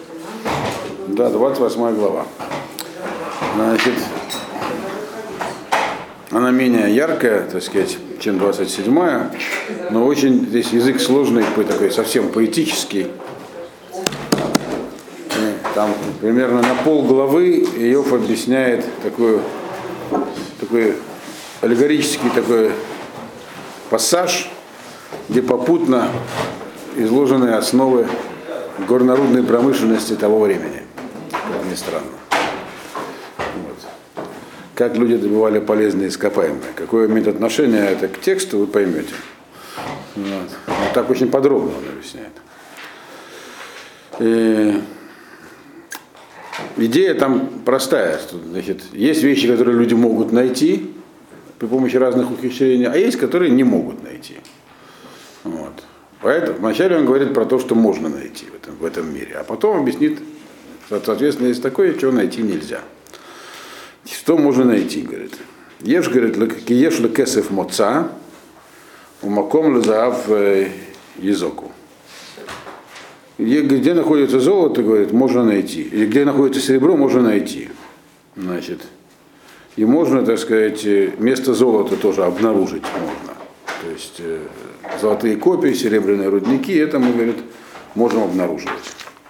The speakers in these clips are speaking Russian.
Да, 28 глава. Значит, она менее яркая, так сказать, чем 27-я, но очень здесь язык сложный, такой совсем поэтический. Там примерно на полглавы Иов объясняет такой аллегорический такой пассаж, где попутно изложены основы горнорудной промышленности того времени, как ни странно. Вот. Как люди добывали полезные ископаемые. Какое имеет отношение это к тексту, вы поймете. Вот. Вот так очень подробно он объясняет. И идея там простая. Значит, есть вещи, которые люди могут найти при помощи разных ухищрений, а есть, которые не могут найти. Вот. Поэтому вначале он говорит про то, что можно найти в этом мире, а потом объяснит, что, соответственно, есть такое, чего найти нельзя. Что можно найти, говорит. Ешь, говорит, ешь лекесев моца, умаком лезаав езоку. Где находится золото, говорит, можно найти. Или где находится серебро, можно найти. Значит, и можно, так сказать, место золота тоже обнаружить можно. То есть золотые копии, серебряные рудники, это мы, говорит, можем обнаруживать.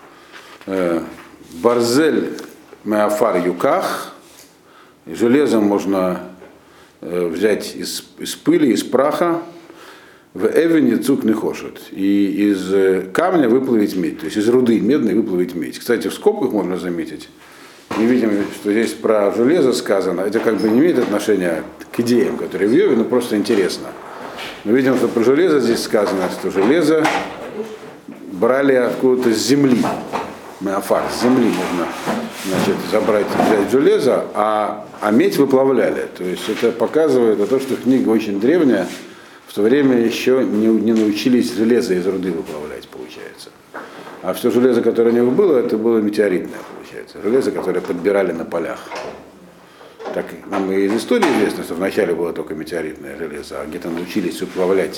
Барзель меафар юках, железом можно взять из пыли, из праха, в эвене цук не хошет. И из камня выплавить медь, то есть из руды медной выплавить медь. Кстати, в скобках можно заметить, мы видим, что здесь про железо сказано, это как бы не имеет отношения к идеям, которые в Иове, но просто интересно. Мы видим, что про железо здесь сказано, что железо брали откуда-то с земли. Меафар, с земли можно, значит, взять железо, а медь выплавляли. То есть это показывает то, что книга очень древняя, в то время еще не научились железо из руды выплавлять, получается. А все железо, которое у них было, это было метеоритное, получается. Железо, которое подбирали на полях. Так нам и из истории известно, что вначале было только метеоритное железо, а где-то научились уплавлять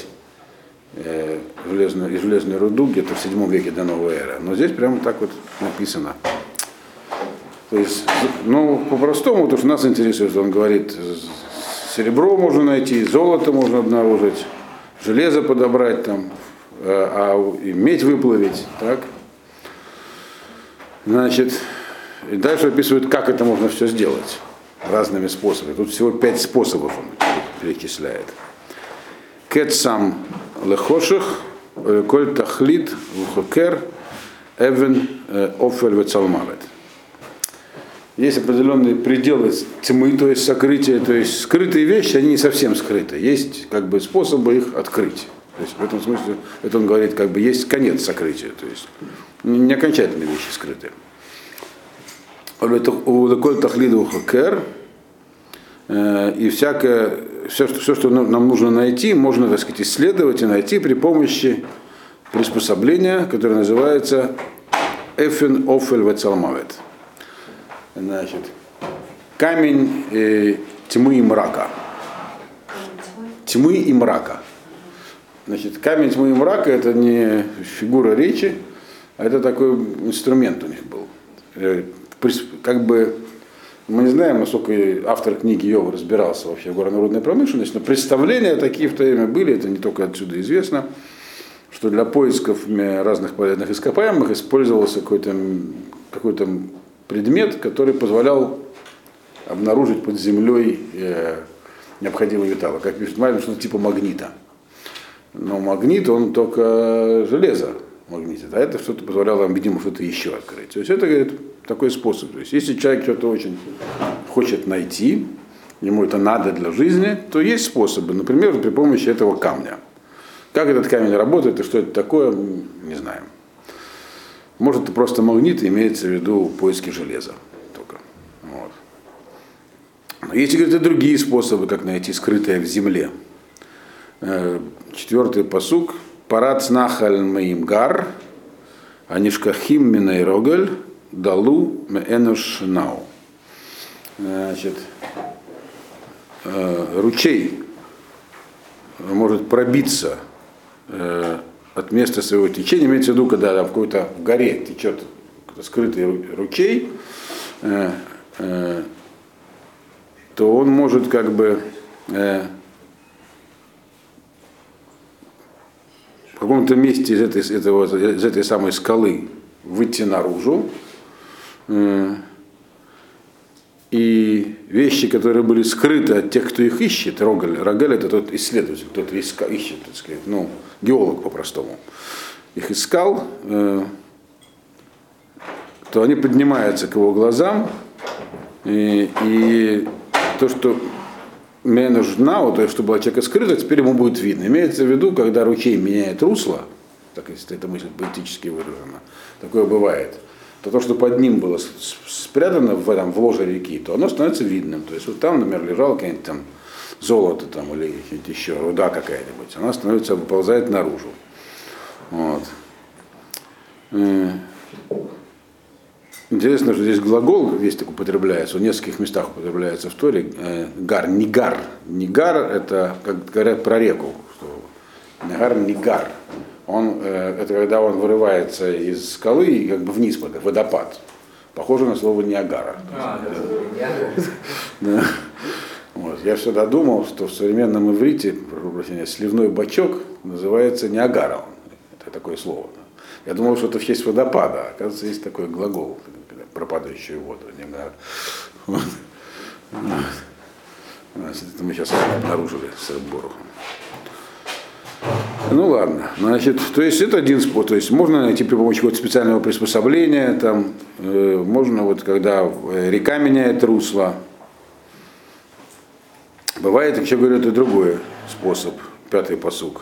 железную руду где-то в 7 веке до новой эры. Но здесь прямо так вот написано. То есть, ну, по-простому, то, что нас интересует, он говорит, серебро можно найти, золото можно обнаружить, железо подобрать там, и медь выплавить, так? Значит, и дальше описывают, как это можно все сделать разными способами. Тут всего 5 способов он перечисляет. Кетсам лехоших, коль тахлит, вухокер, эвен, офель вецалмавет. Есть определенные пределы тьмы, то есть сокрытия, то есть скрытые вещи, они не совсем скрыты. Есть как бы способы их открыть. То есть в этом смысле, это он говорит, как бы есть конец сокрытия, то есть не окончательные вещи скрыты. И всякое, все, что нам нужно найти, можно, так сказать, исследовать и найти при помощи приспособления, которое называется эфен офель вецалмавет. Значит, камень тьмы и мрака. Тьмы и мрака. Значит, камень тьмы и мрака это не фигура речи, а это такой инструмент у них был. Как бы мы не знаем, насколько автор книги Иова разбирался вообще в горнорудной промышленности, но представления такие в то время были, это не только отсюда известно, что для поисков разных полезных ископаемых использовался какой-то предмет, который позволял обнаружить под землей необходимые металлы. Как пишет Мальвин, что-то типа магнита. Но магнит, он только железо магнитит, а это что-то позволяло, видимо, что-то еще открыть. То есть это, говорит, такой способ. То есть если человек что-то очень хочет найти, ему это надо для жизни, то есть способы, например, при помощи этого камня. Как этот камень работает и что это такое, не знаем. Может, это просто магнит, имеется в виду поиски железа только. Вот. Но есть, говорит, и другие способы, как найти скрытое в земле. 4-й пасук. Парац нахаль маимгар, анишкахим минайрогаль, далу меэнуш нау. Значит, ручей может пробиться от места своего течения, имеется в виду, когда в какой-то горе течет скрытый ручей, то он может как бы в каком-то месте из этой самой скалы выйти наружу. И вещи, которые были скрыты от тех, кто их ищет, Рогель это тот исследователь, кто-то ищет, так сказать, геолог по-простому, их искал, то они поднимаются к его глазам, и то, что мне нужна, то, что было человека скрыто, теперь ему будет видно. Имеется в виду, когда ручей меняет русло, так если эта мысль поэтически выражена, такое бывает, то, что под ним было спрятано в ложе реки, то оно становится видным. То есть вот там, например, лежало какое-нибудь там золото там, или еще руда какая-нибудь, она становится, выползает наружу. Вот. Интересно, что здесь глагол весь так употребляется, в нескольких местах употребляется в Торе. Гар, нигар. Нигар это, как говорят про реку, что нигар, нигар. Это когда он вырывается из скалы и как бы вниз, как водопад. Похоже на слово Ниагара. Вот. Я всегда думал, что в современном иврите сливной бачок называется Ниагара. Это такое слово. Я думал, что это в честь водопада, а оказывается, есть такой глагол, пропадающую воду. Вот. Значит, это мы сейчас обнаружили с Борухом. Ну ладно, значит, то есть это один способ, то есть можно найти при помощи какого-то специального приспособления, там, можно вот когда река меняет русло. Бывает, еще говорю, это другой способ, 5-й пасук.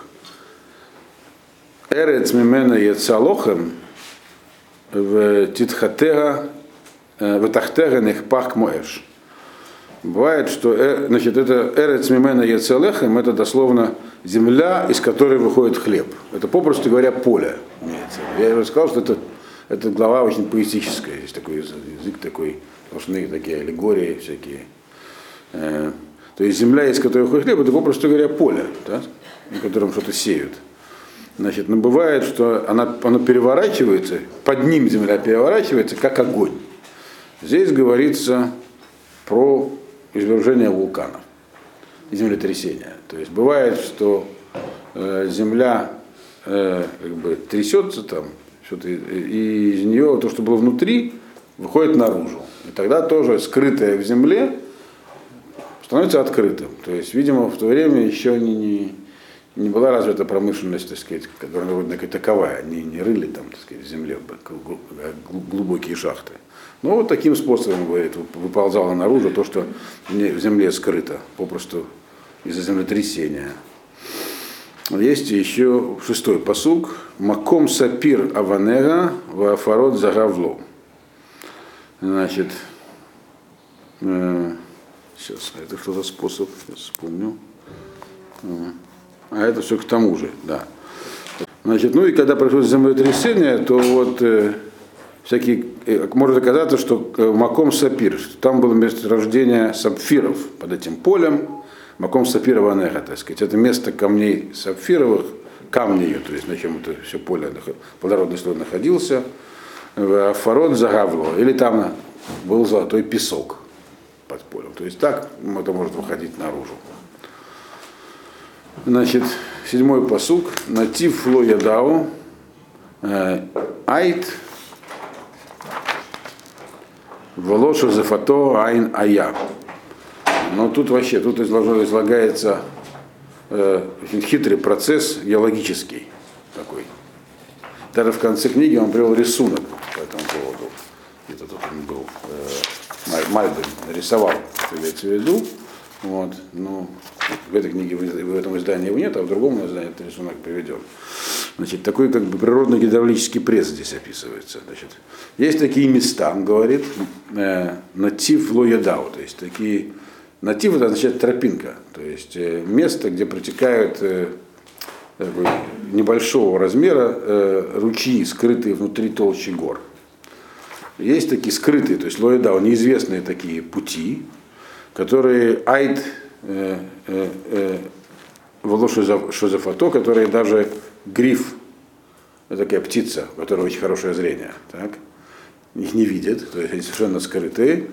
Эрец мимена яцалохем в титхатега в тахтега нехпах моэш. Бывает, что значит, это эрец мимена яцалехем, это дословно земля, из которой выходит хлеб. Это, попросту говоря, поле имеется. Я уже сказал, что эта глава очень поэтическая. Есть такой язык такой, сплошные такие аллегории всякие. То есть земля, из которой выходит хлеб, это, попросту говоря, поле, да, на котором что-то сеют. Значит, но бывает, что оно переворачивается, под ним земля переворачивается, как огонь. Здесь говорится про извержение вулкана, землетрясения. То есть бывает, что земля как бы трясется там, что-то, и из нее то, что было внутри, выходит наружу. И тогда тоже скрытое в земле становится открытым. То есть, видимо, в то время еще не была развита промышленность, так сказать, которая вроде таковая, не рыли там, так сказать, в земле глубокие шахты. Но вот таким способом, говорит, выползало наружу то, что в земле скрыто, попросту из-за землетрясения. Есть еще 6-й пасук. Маком сапир аванега вафарот загавло. Значит, сейчас, это что за способ? Сейчас вспомню. А это все к тому же, да. Значит, ну и когда происходит землетрясение, то вот может оказаться, что Маком Сапир, там было месторождение сапфиров под этим полем, Маком Сапира Ванеха, так сказать. Это место камней сапфировых, камней, то есть на чем это все поле, плодородный слой находился, в Афарот Загавло, или там был золотой песок под полем. То есть так это может выходить наружу. Значит, 7-й пасук. Натив ло ядау айт волошу зафато айн ая. Но тут вообще, тут излагается очень хитрый процесс геологический такой. Даже в конце книги он привел рисунок по этому поводу. Где-то тут он был. Мальбин нарисовал, имеется в виду. Вот, ну, в этой книге, в этом издании его нет, а в другом издании этот рисунок приведен. Значит, такой как бы природный гидравлический пресс здесь описывается. Значит, есть такие места, он говорит, натив лоядау, то есть такие, натив это означает тропинка, то есть место, где протекают небольшого размера ручьи, скрытые внутри толщи гор. Есть такие скрытые, то есть лоядау, неизвестные такие пути, которые айд волошу шозефато, которые даже гриф, это такая птица, у которой очень хорошее зрение, так? их не видит, то есть они совершенно скрытые.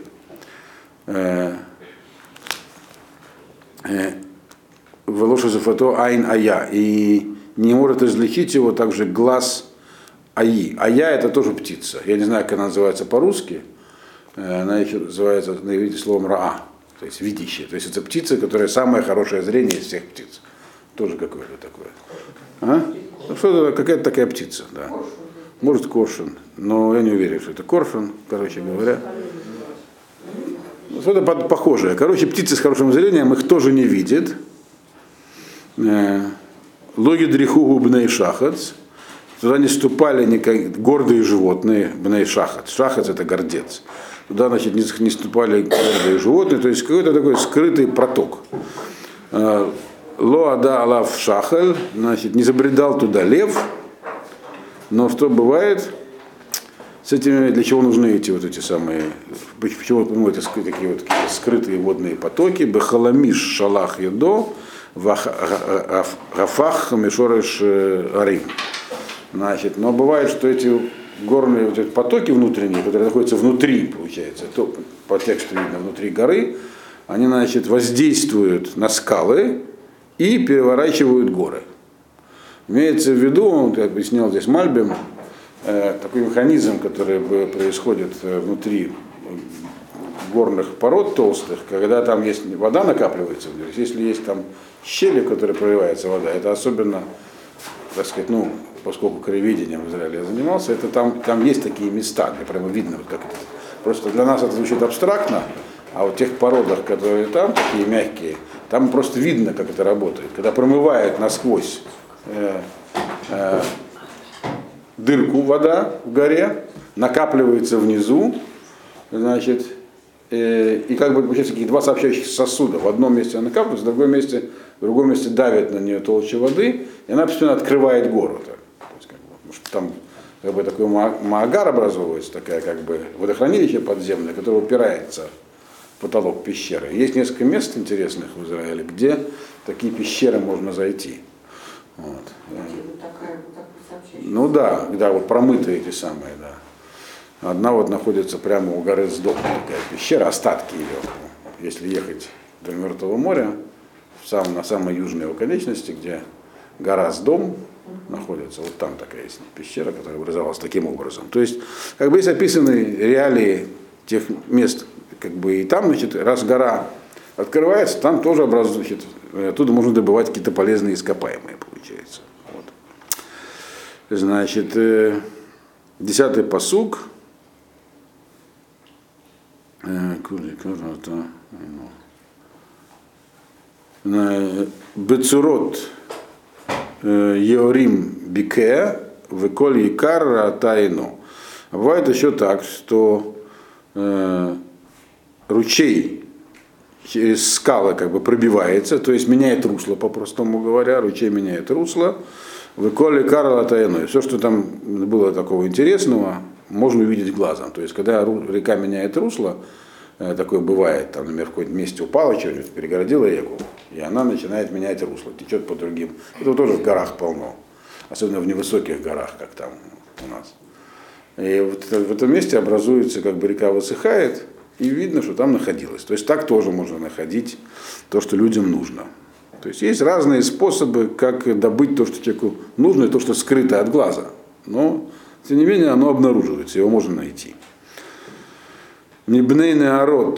Волоша зафото айн ая. И не может различить его также глаз аи. Ая это тоже птица. Я не знаю, как она называется по-русски. Она еще называется на иврите словом раа, то есть видящая. То есть это птица, которая самое хорошее зрение из всех птиц. Тоже какое-то такое. Ну, что-то, какая-то такая птица, да. Может коршун, но я не уверен, что это коршун, короче говоря. Что-то похожее. Короче, птицы с хорошим зрением их тоже не видит. Логи дрихугу бней шахац. Туда не ступали гордые животные, бней шахац. Шахац это гордец. Туда, значит, не ступали гордые животные, то есть какой-то такой скрытый проток. Лоада алав шахаль, значит, не забредал туда лев. Но что бывает с этими, для чего нужны эти самые, почему это такие вот скрытые водные потоки, бехаламиш шалах едо, гафах мишореш арим. Значит, но бывает, что эти горные вот эти потоки внутренние, которые находятся внутри, получается, то по тексту видно, внутри горы, они, значит, воздействуют на скалы и переворачивают горы. Имеется в виду, он объяснял здесь Мальбим, такой механизм, который происходит внутри горных пород толстых, когда там есть вода накапливается, если есть там щели, в которые проливается вода, это особенно, так сказать, ну, поскольку краеведением в Израиле я занимался, это там есть такие места, где прямо видно, вот как это. Просто для нас это звучит абстрактно, а вот в тех породах, которые там, такие мягкие, там просто видно, как это работает. Когда промывает насквозь дырку вода в горе, накапливается внизу, значит, и как бы получается такие два сообщающих сосуда. В одном месте она накапливается, в другом месте давит на нее толще воды, и она постепенно открывает гору. Так. То есть, как бы, потому что там как бы такой маагар образовывается, такая как бы водохранилище подземное, которое упирается в потолок пещеры. Есть несколько мест интересных в Израиле, где такие пещеры можно зайти. Вот. Ну да, вот промытые эти самые, да. Одна вот находится прямо у горы Сдом, такая пещера, остатки ее. Если ехать до Мертвого моря, на самой южной его конечности, где гора Сдом находится, вот там такая есть пещера, которая образовалась таким образом. То есть, как бы есть описаны реалии тех мест, как бы и там, значит, раз гора открывается, там тоже образуется, оттуда можно добывать какие-то полезные ископаемые, получается. Вот. Значит, 10-й пасук. Бецурот Еорим Бике Веколь Икар Тайно. Бывает еще так, что ручей через скалы как бы пробивается, то есть меняет русло, по-простому говоря, ручей меняет русло. Веколь Икар Тайно. И все, что там было такого интересного, можно увидеть глазом. То есть, когда река меняет русло, такое бывает, там, например, в каком-то месте упала что-нибудь, перегородила реку, и она начинает менять русло, течет по другим. Это тоже в горах полно, особенно в невысоких горах, как там у нас. И вот в этом месте образуется, как бы река высыхает, и видно, что там находилось. То есть так тоже можно находить то, что людям нужно. То есть есть разные способы, как добыть то, что человеку нужно, и то, что скрыто от глаза. Но тем не менее, оно обнаруживается, его можно найти. Мибней неарот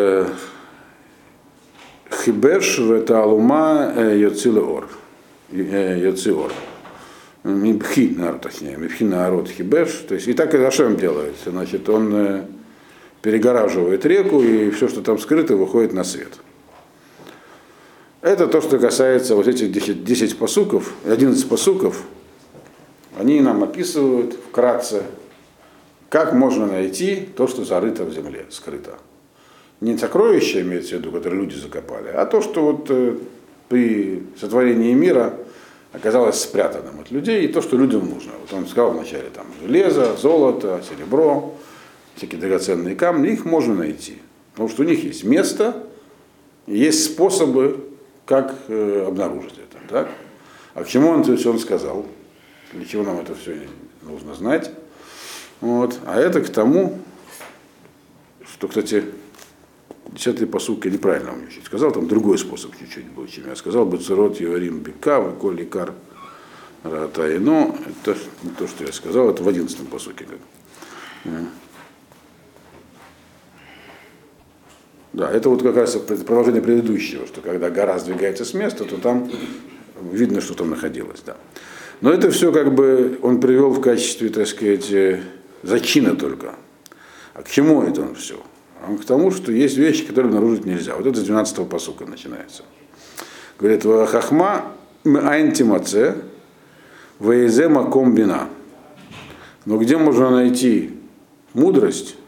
хибеш это алума йоцилеор. Мибхи народ, точнее, мибхи народ хибеш. То есть и так и Ашем делается. Значит, он перегораживает реку, и все, что там скрыто, выходит на свет. Это то, что касается вот этих 10 пасуков, 11 пасуков. Они нам описывают вкратце, как можно найти то, что зарыто в земле, скрыто. Не сокровище, имеется в виду, которое люди закопали, а то, что вот при сотворении мира оказалось спрятанным от людей, и то, что людям нужно. Вот он сказал вначале, там, железо, золото, серебро, всякие драгоценные камни, их можно найти. Потому что у них есть место, и есть способы, как обнаружить это. Так? А к чему он это все сказал? Для чего нам это все нужно знать? Вот. А это к тому, что, кстати, 10-й пасук я неправильно вам чуть сказал, там другой способ чуть-чуть был, чем я сказал. Бецерот Юарим Бека, Коль Икар Ратаино. Это не то, что я сказал, это в 11-м пасуке. Да, это вот как раз продолжение предыдущего, что когда гора сдвигается с места, то там видно, что там находилось. Да. Но это все как бы он привел в качестве, так сказать, зачина только. А к чему это он все? К тому, что есть вещи, которые обнаружить нельзя. Вот это с 12-го пасука начинается. Говорит, хахма антимаце ваезема комбина. Но где можно найти мудрость,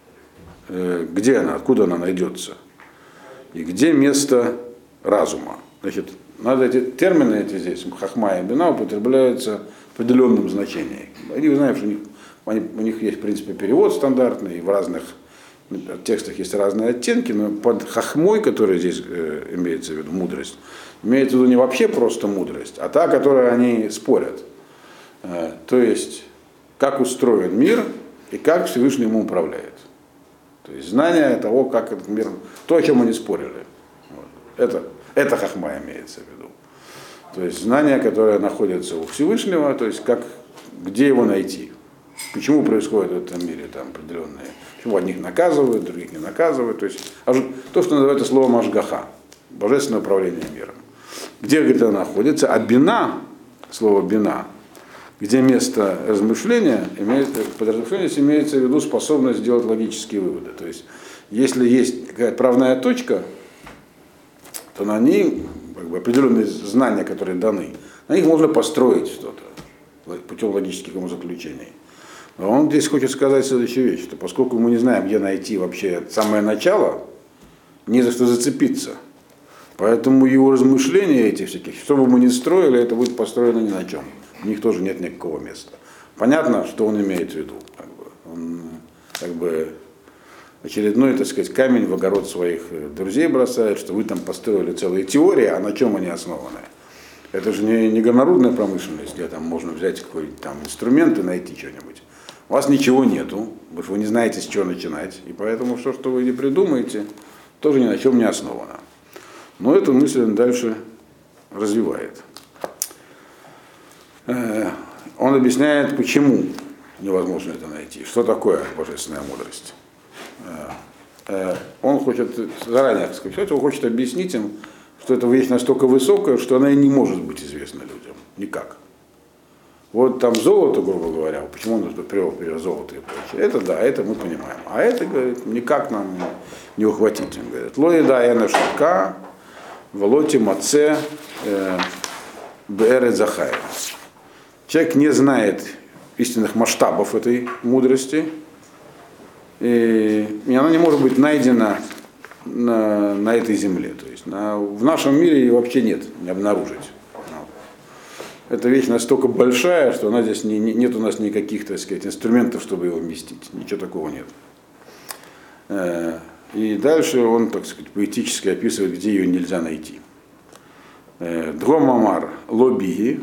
где она, откуда она найдется? И где место разума? Значит, надо эти термины эти здесь, хахма и бина, употребляются в определенном значении. Они, вы знаете, что у них есть, в принципе, перевод стандартный, и в разных текстах есть разные оттенки, но под хахмой, которая здесь имеется в виду, мудрость, имеется в виду не вообще просто мудрость, а та, которой они спорят. То есть, как устроен мир и как Всевышний ему управляет. То есть, знание того, как этот мир, то, о чем они спорили. Вот. Это хахма имеется в виду. То есть, знание, которое находится у Всевышнего, то есть, где его найти. Почему происходит в этом мире там определенные, почему одних наказывают, других не наказывают. То есть то, что называется словом ашгаха, божественное управление миром. Где, говорит, она находится, а бина, слово бина, где место размышления, под размышлением имеется в виду способность сделать логические выводы. То есть, если есть какая-то правная точка, то на ней как бы, определенные знания, которые даны, на них можно построить что-то путем логических умозаключений. А он здесь хочет сказать следующую вещь, что поскольку мы не знаем, где найти вообще самое начало, не за что зацепиться. Поэтому его размышления эти всякие, что бы мы ни строили, это будет построено ни на чем. У них тоже нет никакого места. Понятно, что он имеет в виду. Он как бы очередной, так сказать, камень в огород своих друзей бросает, что вы там построили целые теории, а на чем они основаны. Это же не горнорудная промышленность, где там можно взять какой-нибудь там инструмент и найти что-нибудь. У вас ничего нету, потому что вы не знаете, с чего начинать, и поэтому все, что вы не придумаете, тоже ни на чем не основано. Но эту мысль он дальше развивает. Он объясняет, почему невозможно это найти, что такое божественная мудрость. Он хочет заранее сказать, он хочет объяснить им, что эта вещь настолько высокая, что она и не может быть известна людям. Никак. Вот там золото, грубо говоря, почему он привел пример золото и прочее. Это да, это мы понимаем. А это, говорит, никак нам не ухватить. Он говорит, лоида яна шутка, волоти маце бэрэ захая. Человек не знает истинных масштабов этой мудрости, и она не может быть найдена на этой земле. То есть в нашем мире ее вообще нет, не обнаружить. Эта вещь настолько большая, что она здесь нет у нас никаких, так сказать, инструментов, чтобы его вместить. Ничего такого нет. И дальше он, так сказать, поэтически описывает, где ее нельзя найти. Дромамар лобиги,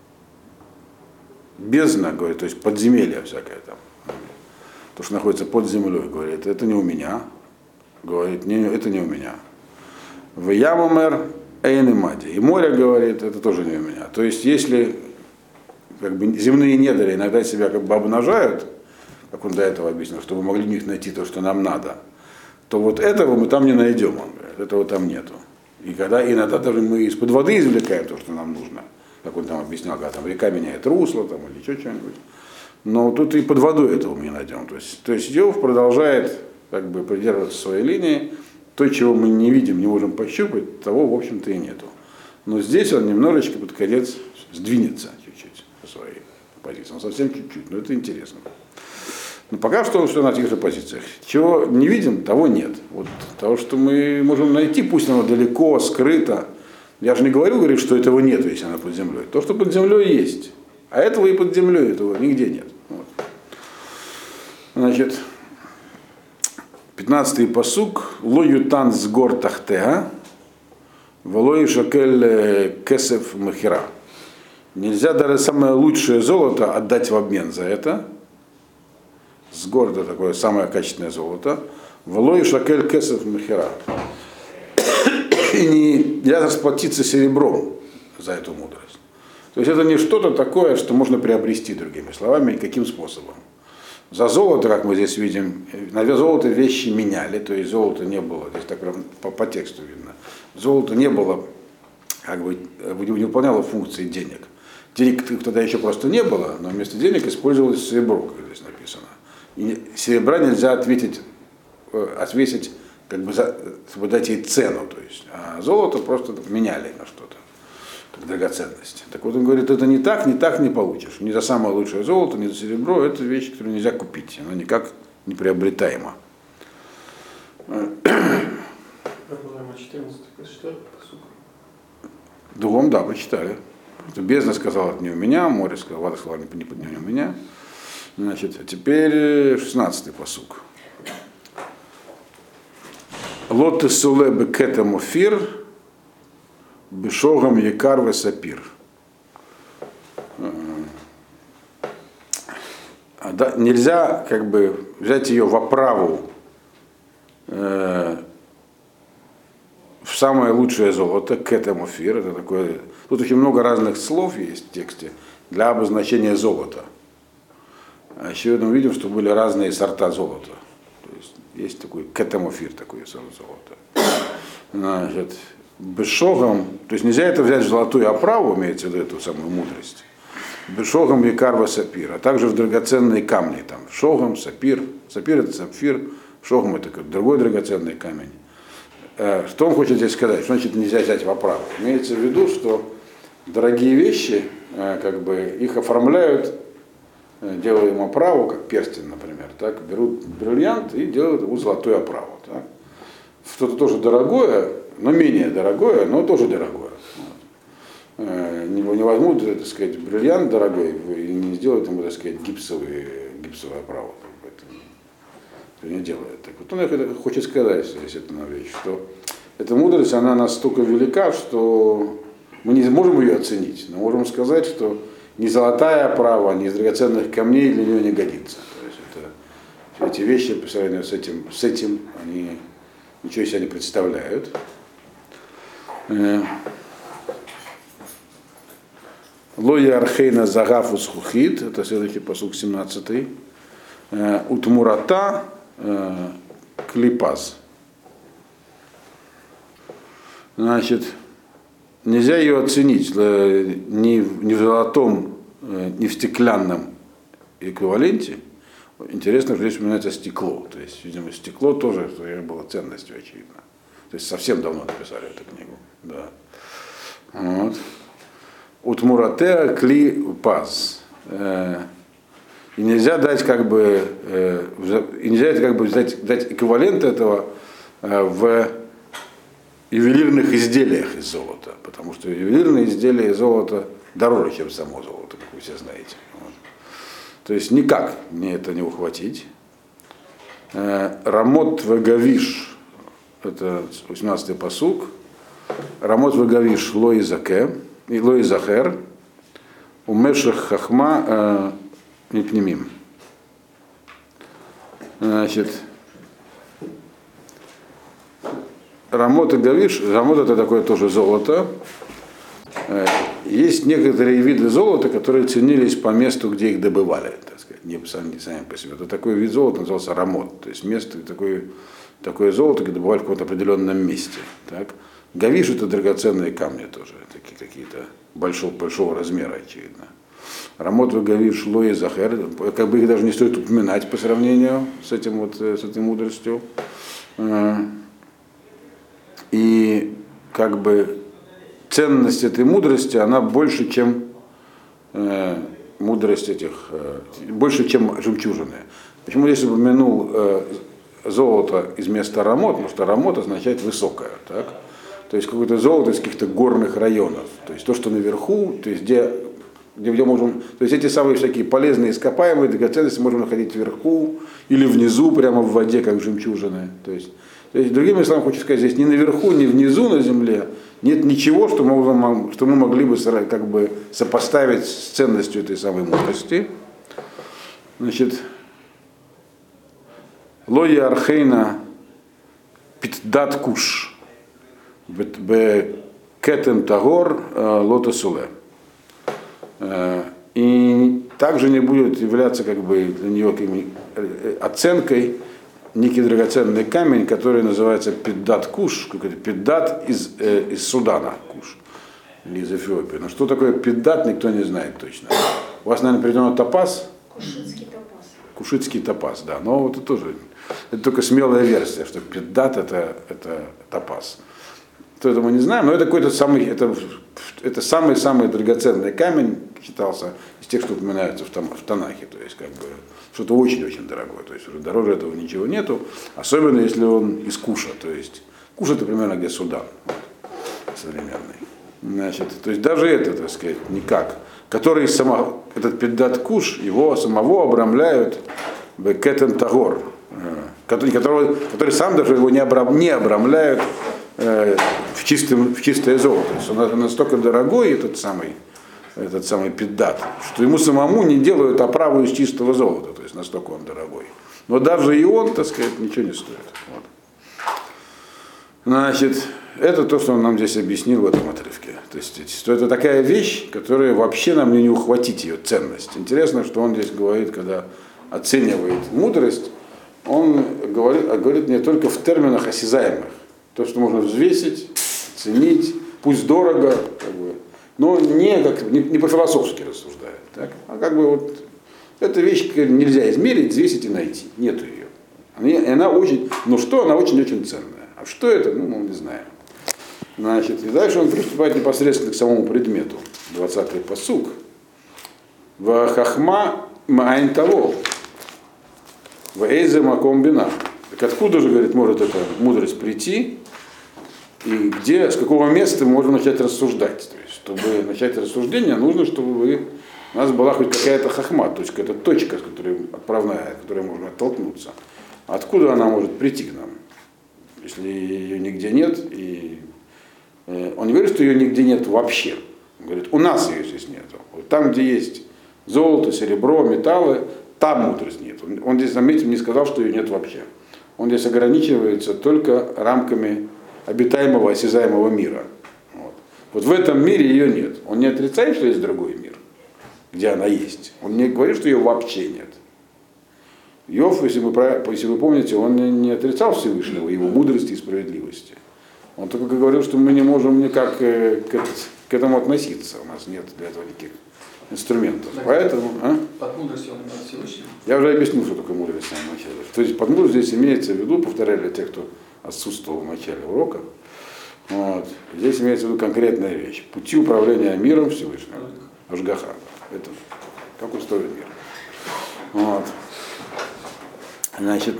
бездна, говорит, то есть подземелье всякое там. То, что находится под землей, говорит, это не у меня. Говорит, это не у меня. В Ямамер Эйнемади. И море, говорит, это тоже не у меня. То есть, если как бы, земные недра иногда себя как бы обнажают, как он до этого объяснил, чтобы мы могли в них найти то, что нам надо, то вот этого мы там не найдем, он говорит, этого там нету. И когда иногда даже мы из-под воды извлекаем то, что нам нужно, как он там объяснял, когда там река меняет русло там, или еще что-нибудь. Но тут и под водой этого мы не найдем. То есть Иов продолжает как бы придерживаться своей линии. То, чего мы не видим, не можем пощупать, того, в общем-то, и нету. Но здесь он немножечко под конец сдвинется чуть-чуть со своей позиции. Он совсем чуть-чуть, но это интересно. Но пока что он все на тех же позициях. Чего не видим, того нет. Вот того, что мы можем найти, пусть оно далеко, скрыто. Я же не говорю, что этого нет, если она под землей. То, что под землей есть. А этого и под землей, этого нигде нет. Вот. Значит, 15-й пасук. Ло ютан с гор тахтеа, волой шакель кесев махира. Нельзя даже самое лучшее золото отдать в обмен за это. с города такое самое качественное золото. Влой шакель кесов махера. И нельзя расплатиться серебром за эту мудрость. То есть это не что-то такое, что можно приобрести, другими словами, каким способом. За золото, как мы здесь видим, на золото вещи меняли, то есть золото не было, здесь так прям по тексту видно, золото не было, как бы не выполняло функции денег. Денег тогда еще просто не было, но вместо денег использовалось серебро, как здесь написано. И серебра нельзя отвесить, как бы чтобы дать ей цену, то есть, а золото просто меняли на что-то, как драгоценность. Так вот он говорит, это не так не получишь. Ни за самое лучшее золото, ни за серебро, это вещь, которую нельзя купить, она никак не приобретаема. Другом, да, прочитали. Бездна сказала, это не у меня, море сказала, вода сказала, не у меня. Значит, а теперь 16-й пасук. Лоты суле бекетем офир, бешогам якар весапир. Нельзя как бы взять ее в оправу в самое лучшее золото, кетем офир, это такое. Тут очень много разных слов есть в тексте для обозначения золота. А еще мы видим, что были разные сорта золота. То есть такой кетемофир, такой сорт золота. Значит, бешогом, то есть нельзя это взять в золотую оправу, имеется в виду эту самую мудрость. Бешогом якарва сапир, а также в драгоценные камни. Там шогом, сапир. Сапир это сапфир, шогом это другой драгоценный камень. Что он хочет здесь сказать? Что значит нельзя взять в оправу? Имеется в виду, что дорогие вещи, как бы их оформляют, делают ему оправу, как перстень, например, так, берут бриллиант и делают ему золотую оправу. Так. Что-то тоже дорогое, но менее дорогое, но тоже дорогое. Вот. Не возьмут, так сказать, бриллиант дорогой и не сделают ему, так сказать, гипсовую оправу. Это не делает. Так вот он хочет сказать здесь эту вещь, что эта мудрость, она настолько велика, что мы не можем ее оценить, но можем сказать, что ни золотая оправа, ни из драгоценных камней для нее не годится. То есть эти вещи по сравнению с этим они ничего из себя не представляют. Лоя архейна загафу схухит, это следующий пасук 17. Утмурата клипаз. Значит, нельзя ее оценить ни в золотом, ни в стеклянном эквиваленте. Интересно, что здесь упоминается стекло. То есть, видимо, стекло тоже было ценностью, очевидно. То есть совсем давно написали эту книгу. Да. Вот. Утмурате кли паз. И нельзя дать как бы, дать эквивалент этого в ювелирных изделиях из золота, потому что ювелирные изделия из золота дороже, чем само золото, как вы все знаете. Вот. То есть никак мне это не ухватить. Рамот вегавиш, это 18-й пасук. Рамот вегавиш лои заке, и лои захер, умешах хахма непнемим. Значит, Рамот и Гавиш, Рамот это такое тоже золото. Есть некоторые виды золота, которые ценились по месту, где их добывали, так сказать, не сами по себе. Это такой вид золота назывался Рамот, то есть место, такое золото, где добывали в каком-то определенном месте. Так. Гавиш это драгоценные камни тоже, такие какие-то большого размера, очевидно. Рамот Гавиш Лои Захер, как бы их даже не стоит упоминать по сравнению с этой мудростью. И как бы ценность этой мудрости, она больше, чем мудрость больше, чем жемчужины. Почему здесь упомянул золото из места рамот? Потому что рамот означает высокое, так? То есть какое-то золото из каких-то горных районов. То есть то, что наверху, то есть где можем, то есть эти самые всякие полезные ископаемые драгоценности можем находить вверху или внизу, прямо в воде, как жемчужины. То есть другими словами, хочу сказать, здесь ни наверху, ни внизу на земле нет ничего, что мы могли бы как бы сопоставить с ценностью этой самой мудрости. Значит, Лоя Архейна Питдат Куш. Кетем Тагор Лотосуле. И также не будет являться как бы для нее оценкой некий драгоценный камень, который называется Питдат Куш, какой-то Питдат из Судана Куш, или из Эфиопии. Но что такое Питдат, никто не знает точно. У вас, наверное, переведено топаз? Кушитский топаз. Кушитский топаз, да. Но вот это тоже, это только смелая версия, что Питдат это топаз. То это мы не знаем, но это какой-то самый, это самый-самый драгоценный камень, считался, из тех, что упоминаются в Танахе. То есть, как бы, что-то очень-очень дорогое. То есть, уже дороже этого ничего нету. Особенно, если он из Куша. То есть, Куш это примерно где Судан современный. Значит, то есть, даже это, так сказать, никак. Который этот Питдат Куш, его самого обрамляют Кетем Тагор. Который сам даже его не обрамляют в чистое золото. То есть он настолько дорогой, этот самый Питдат, что ему самому не делают оправу из чистого золота. То есть настолько он дорогой. Но даже и он, так сказать, ничего не стоит. Вот. Значит, это то, что он нам здесь объяснил в этом отрывке. То есть, что это такая вещь, которая вообще нам не ухватить ее ценность. Интересно, что он здесь говорит, когда оценивает мудрость, он говорит не только в терминах осязаемых. То, что можно взвесить, ценить, пусть дорого, как бы, но не по-философски рассуждает. Так? А как бы вот эта вещь нельзя измерить, взвесить и найти. Нету ее. Она очень, ну что, она очень-очень ценная. А что это, ну, мы не знаем. Значит, и дальше он приступает непосредственно к самому предмету. 20-й пасук. В хахма маайн того. В эйзе маком бина. Так откуда же, говорит, может эта мудрость прийти? И где, с какого места мы можем начать рассуждать? То есть, чтобы начать рассуждение, нужно, чтобы у нас была хоть какая-то хахма, то есть какая-то точка, с которой отправная, от которой можно оттолкнуться. Откуда она может прийти к нам? Если ее нигде нет, и он не говорит, что ее нигде нет вообще. Он говорит, у нас ее здесь нет. Вот там, где есть золото, серебро, металлы, там мудрость нет. Он здесь, заметьте, не сказал, что ее нет вообще. Он здесь ограничивается только рамками обитаемого, осязаемого мира. Вот в этом мире ее нет. Он не отрицает, что есть другой мир, где она есть. Он не говорит, что ее вообще нет. Иов, если вы помните, он не отрицал Всевышнего, его мудрости и справедливости. Он только говорил, что мы не можем никак к этому относиться. У нас нет для этого никаких инструментов. Так, поэтому, под мудростью он имеет Всевышнего. Я уже объяснил, что такое мудрость в самом начале. То есть под мудростью здесь имеется в виду, повторяю для тех, кто отсутствовал в начале урока, вот, здесь имеется в виду конкретная вещь. Пути управления миром Всевышнего. Ашгаха. Это как устроен мир. Вот. Значит,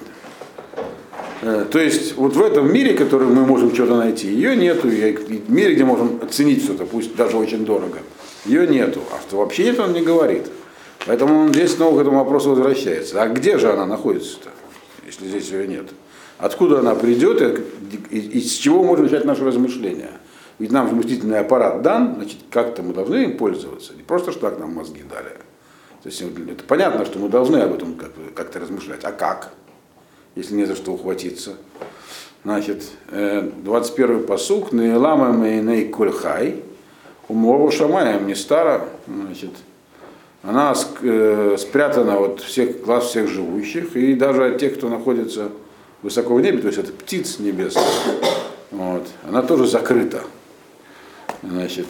то есть вот в этом мире, который мы можем что-то найти, ее нету. И в мире, где можем оценить что-то, пусть даже очень дорого, ее нету. А что вообще нет, он не говорит. Поэтому он здесь снова к этому вопросу возвращается. А где же она находится-то, если здесь ее нет? Откуда она придет и с чего можно начать наше размышление? Ведь нам же мыслительный аппарат дан, значит, как-то мы должны им пользоваться. Не просто что так нам мозги дали. То есть это понятно, что мы должны об этом как-то размышлять. А как? Если не за что ухватиться. Значит, 21-й пасук. Неэлама мейней кольхай. Умову шамаем не стара. Значит, она спрятана от всех глаз всех живущих и даже от тех, кто находится высоко в небе, то есть от птиц небесных. Вот. Она тоже закрыта. Значит,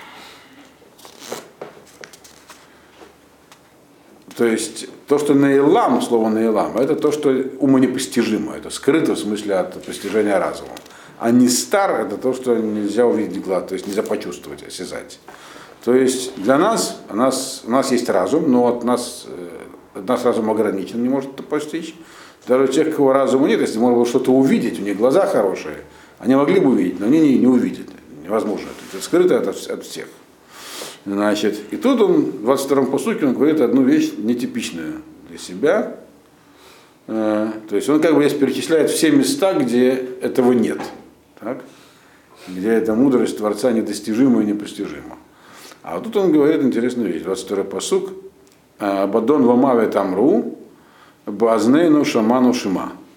то есть то, что нейлам, слово нейлам, это то, что умонепостижимо, это скрыто в смысле от постижения разумом. А не стар, это то, что нельзя увидеть глаз, то есть нельзя почувствовать, осязать. То есть для нас, у нас есть разум, но от нас разум ограничен, не может это постичь. Даже у тех, кого разума нет, если можно было что-то увидеть, у них глаза хорошие, они могли бы увидеть, но они не увидят. Невозможно. Это скрыто от всех. Значит, и тут он, в 22-м пасуке, он говорит одну вещь нетипичную для себя. То есть он как бы здесь перечисляет все места, где этого нет. Так? Где эта мудрость Творца недостижима и непостижима. А вот тут он говорит интересную вещь. 22-й пасук. Бадон вамаве тамру, базнейну шаману шима.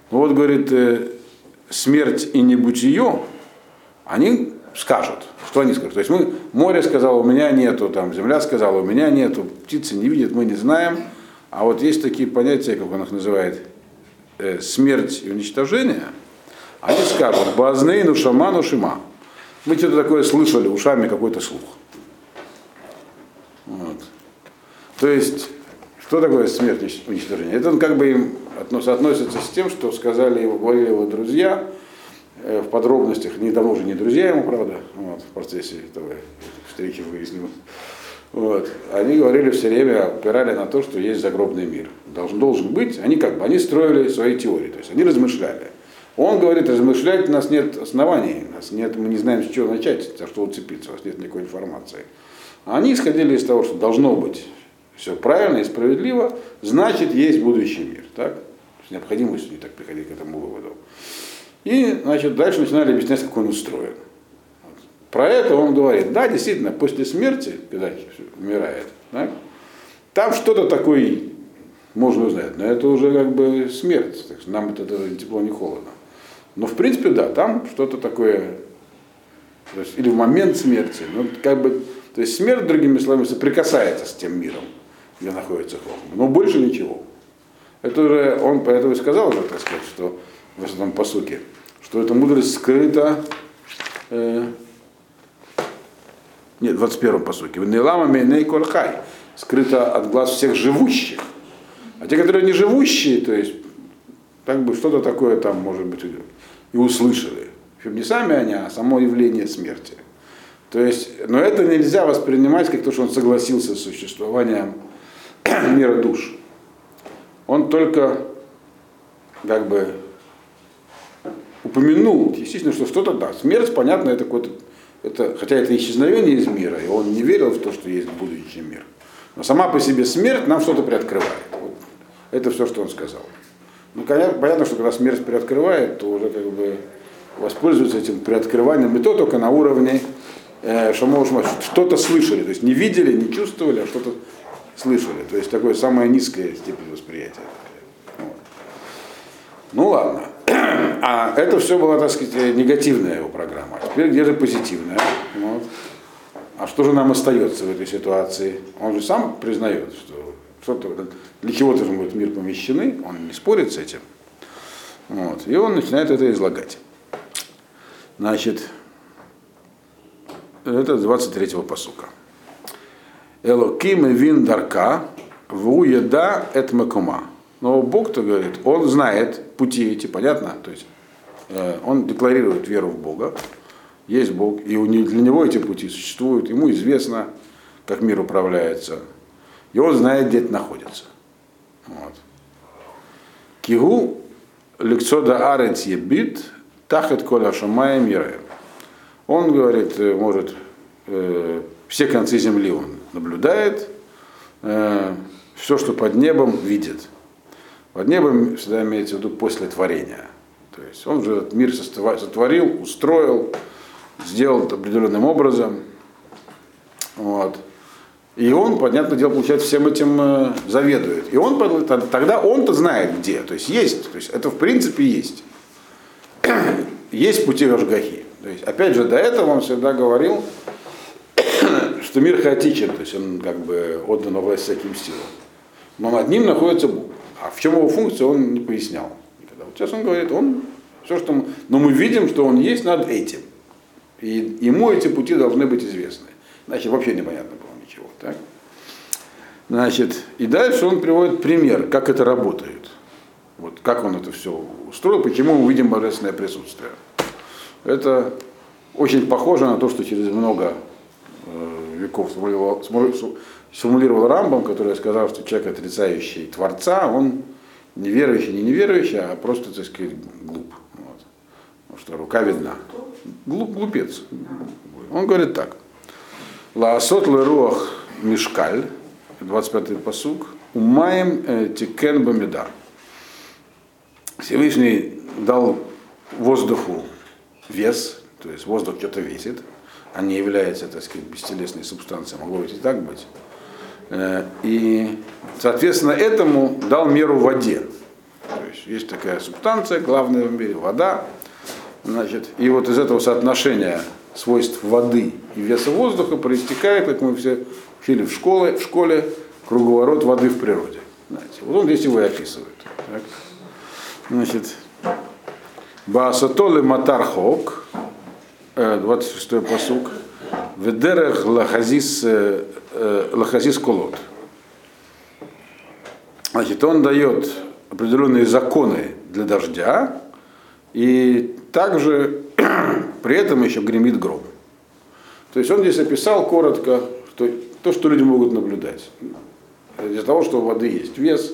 Ну вот, говорит, смерть и небытие, они скажут. Что они скажут? То есть море сказало, у меня нету, там, земля сказала, у меня нету, птицы не видят, мы не знаем. А вот есть такие понятия, как он их называет, смерть и уничтожение. Они скажут, баазнейну шаману шима. Мы что-то такое слышали, ушами какой-то слух. Вот. То есть, что такое смерть и уничтожение? Это он как бы им относится с тем, что сказали его, говорили его друзья, в подробностях, недавно уже не друзья ему, правда, вот, в процессе этого встречи выяснилось. Вот. Они говорили все время, опирали на то, что есть загробный мир. Должен быть, они строили свои теории, то есть они размышляли. Он говорит, размышлять у нас нет оснований, мы не знаем, с чего начать, за что уцепиться, у нас нет никакой информации. А они исходили из того, что должно быть все правильно и справедливо, значит, есть будущий мир. Так? С необходимостью не так приходили к этому выводу. И, значит, дальше начинали объяснять, как он устроен. Вот. Про это он говорит, да, действительно, после смерти, когда умирает, так, там что-то такое можно узнать, но это уже как бы смерть, так что нам это даже ни тепло, ни холодно. Но в принципе, да, там что-то такое, то есть, или в момент смерти, ну, как бы, то есть смерть, другими словами, соприкасается с тем миром, где находится Хохма, но больше ничего. Это уже, он поэтому и сказал, уже, так сказать, что в этом пасуке, что эта мудрость скрыта, нет, в 21-м пасуке, «Венелама мейней кольхай», скрыта от глаз всех живущих. А те, которые не живущие, то есть, как бы что-то такое там, может быть, и услышали. Не сами они, а само явление смерти. То есть, но это нельзя воспринимать как то, что он согласился с существованием мира душ. Он только, как бы, упомянул, естественно, что что-то, да, смерть, понятно, это какое-то, хотя это исчезновение из мира, и он не верил в то, что есть будущий мир. Но сама по себе смерть нам что-то приоткрывает. Вот. Это все, что он сказал. Ну, понятно, что когда смерть приоткрывает, то уже как бы воспользуются этим приоткрыванием, и то только на уровне, что-то слышали, то есть не видели, не чувствовали, а что-то слышали. То есть такое самая низкая степень восприятия. Вот. Ну ладно. А это все была, так сказать, негативная его программа. А теперь где-то позитивная. Вот. А что же нам остается в этой ситуации? Он же сам признает, что для чего-то же будет мир помещены, он не спорит с этим. Вот. И он начинает это излагать. Значит, это 23-го пасука. Элоким вин дарка ву еда эт мекума. Но Бог-то говорит, он знает пути эти, понятно? То есть он декларирует веру в Бога. Есть Бог, и для него эти пути существуют, ему известно, как мир управляется, и он знает, где это находится. Вот. Кигу лексода арец ебит тахет коля шамая мира. Он говорит, может, все концы земли он наблюдает, все, что под небом, видит. Под небом всегда имеется в виду после творения. То есть он же этот мир сотворил, устроил, сделал это определенным образом. Вот. И он, понятное дело, получается, всем этим заведует. И он, тогда он-то знает где. То есть есть. То есть это в принципе есть. Есть пути Ашгахи. То есть, опять же, до этого он всегда говорил, что мир хаотичен. То есть он как бы отдан во власть всяким силам. Но над ним находится Бог. А в чем его функция, он не пояснял. Вот сейчас он говорит, все, что но мы видим, что он есть над этим. И ему эти пути должны быть известны. Значит, вообще непонятно было ничего. Так? Значит, и дальше он приводит пример, как это работает. Вот как он это все устроил, почему мы видим божественное присутствие. Это очень похоже на то, что через много веков сформулировал Рамбам, который сказал, что человек, отрицающий Творца, он неверующий, не неверующий, а просто, так сказать, глуп. Вот. Потому что рука видна. Глупец. Он говорит так. Лаасот леруах мишкаль, 25-й пасук, умаем тикен бамида. Всевышний дал воздуху вес, то есть воздух что-то весит, а не является, так сказать, бестелесной субстанцией, могло ведь и так быть. И, соответственно, этому дал меру в воде. То есть есть такая субстанция, главная в мире, вода. Значит, и вот из этого соотношения свойств воды и веса воздуха проистекает, как мы все учили в школе, круговорот воды в природе. Знаете, вот он здесь его и описывает. Так. Значит, Баасатолы Матархок, 26-й пасук, Ведерех Лахазис Колот. Значит, он дает определенные законы для дождя, и также при этом еще гремит гром. То есть он здесь описал коротко то, что люди могут наблюдать. Из-за того, что у воды есть вес.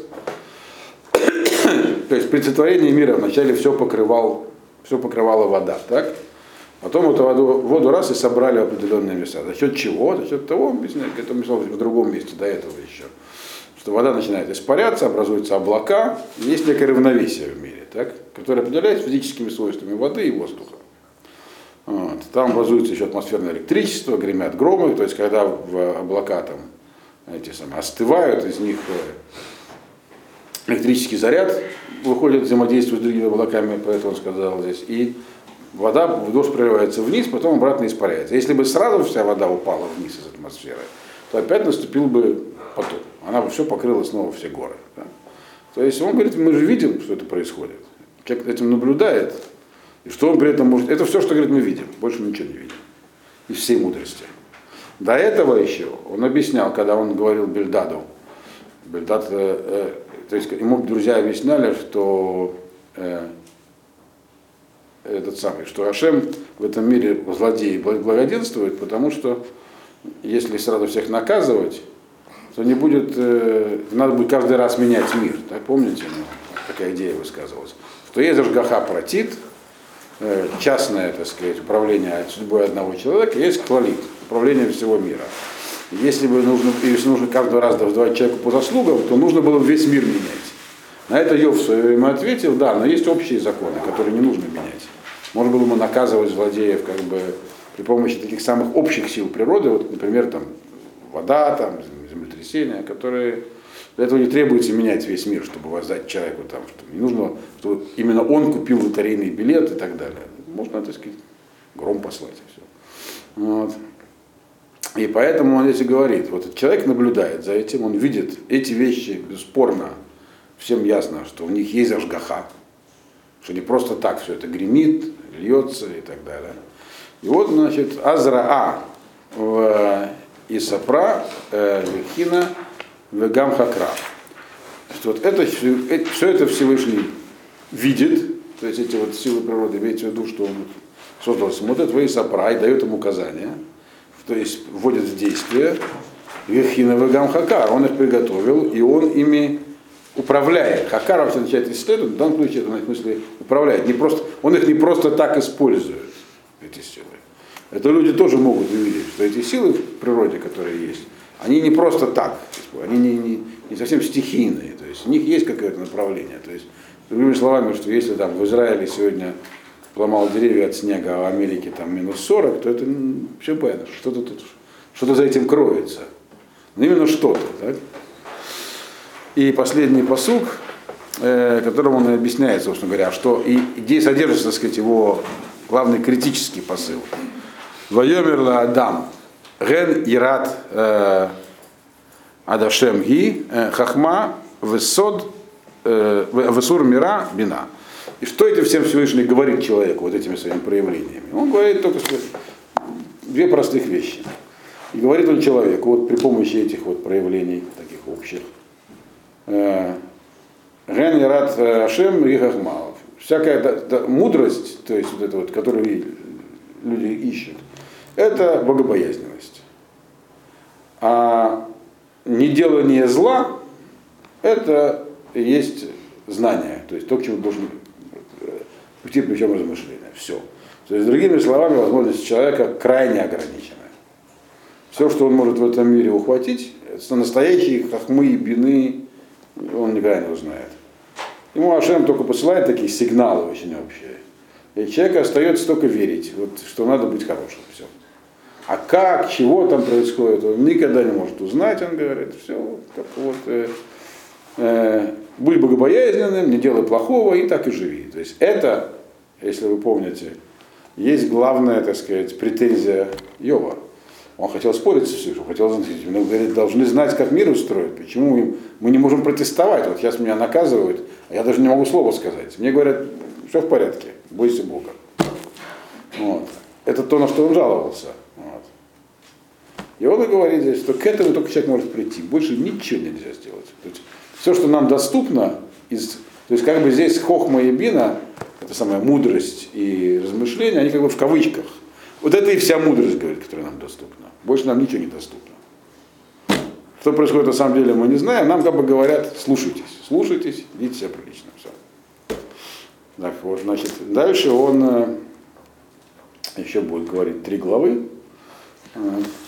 То есть при сотворении мира вначале все покрывала вода, так? Потом эту воду раз и собрали в определенные места. За счет чего? За счет того, объясняю, это в другом месте до этого еще, что вода начинает испаряться, образуются облака, и есть некое равновесие в мире, так? Которое определяется физическими свойствами воды и воздуха. Вот. Там образуется еще атмосферное электричество, гремят громы, то есть когда в облака там остывают, из них электрический заряд выходит, взаимодействует с другими облаками, поэтому он сказал здесь, и вода, дождь проливается вниз, потом обратно испаряется. Если бы сразу вся вода упала вниз из атмосферы, то опять наступил бы потоп. Она бы все покрыла снова все горы. Да? То есть он говорит, мы же видим, что это происходит. Человек этим наблюдает, и что он при этом может... Это все, что, говорит, мы видим, больше ничего не видим. Из всей мудрости. До этого еще он объяснял, когда он говорил Бельдаду, Бельдад, то есть ему друзья объясняли, что что Ашем в этом мире злодеи благоденствует, потому что если сразу всех наказывать, то не будет, надо будет каждый раз менять мир. Так, помните, такая идея высказывалась. Что есть Ашгаха Пратит, частное, так сказать, управление судьбой одного человека, есть Клалит, управление всего мира. Если нужно каждый раз давать человеку по заслугам, то нужно было весь мир менять. На это Йов в свое время ответил, да, но есть общие законы, которые не нужно менять. Можно было бы наказывать злодеев как бы при помощи таких самых общих сил природы, вот, например, там, вода, там, землетрясения, которые для этого не требуется менять весь мир, чтобы воздать человеку, там, что не нужно, чтобы именно он купил лотерейный билет и так далее. Можно, так сказать, гром послать и все. Вот. И поэтому он здесь и говорит, вот человек наблюдает за этим, он видит эти вещи, бесспорно, всем ясно, что у них есть ашгаха, что не просто так все это гремит, льется и так далее. И вот, значит, Азраа в Исапра, Вехина, Вегам Хакра. Вот это, все это Всевышний видит, то есть эти вот силы природы, имеется в виду, что он создал, смотрит в Исапра и дает им указания, то есть вводит в действие Вехина, Вегам Хакар, он их приготовил, и он ими управляет. Хакар вообще начинает исследовать, в данном случае, в смысле, управляет. Он их не просто так использует, эти силы. Это люди тоже могут увидеть, что эти силы в природе, которые есть, они не просто так, они не совсем стихийные, то есть у них есть какое-то направление. То есть, другими словами, что если там в Израиле сегодня поломал деревья от снега, а в Америке там минус 40, то это все понятно, что-то за этим кроется. Но именно что-то. Так? И последний пасук, которым он объясняет, собственно говоря, что и где содержится, так сказать, его главный критический посыл. Вайомерла Адам, ген ират адашем ги, хахма, высод, высур мира, бина. И что этим всем Всевышний говорит человеку, вот этими своими проявлениями? Он говорит только две простых вещи. И говорит он человеку, вот при помощи этих вот проявлений, таких общих, Ген Ярат Ашем и Хахма. Всякая мудрость, то есть вот это вот, которую люди ищут, это богобоязненность. А неделание зла это и есть знание, то есть то, к чему должен пути путем размышления. Все. То есть, другими словами, возможность человека крайне ограничена. Все, что он может в этом мире ухватить, это настоящие хахмы и бины, он никогда не узнает. Ему Ашем только посылает такие сигналы очень общие. И человеку остается только верить, вот, что надо быть хорошим. Все. А как, чего там происходит, он никогда не может узнать, он говорит, все, так вот. будь богобоязненным, не делай плохого и так и живи. То есть это, если вы помните, есть главная, так сказать, претензия Иова. Он хотел спорить с Всевышним, хотел знать, мы, говорит, должны знать, как мир устроен, почему мы не можем протестовать. Вот сейчас меня наказывают, а я даже не могу слова сказать. Мне говорят, все в порядке, бойся Бога. Вот. Это то, на что он жаловался. Вот. И он и говорит здесь, что к этому только человек может прийти, больше ничего нельзя сделать. То есть, все, что нам доступно, то есть как бы здесь хохма и бина, это самая мудрость и размышления, они как бы в кавычках. Вот это и вся мудрость, говорит, которая нам доступна. Больше нам ничего не доступно. Что происходит на самом деле, мы не знаем. Нам как бы говорят, слушайтесь, ведите себя прилично. Все. Так, вот, значит, дальше он еще будет говорить 3 главы.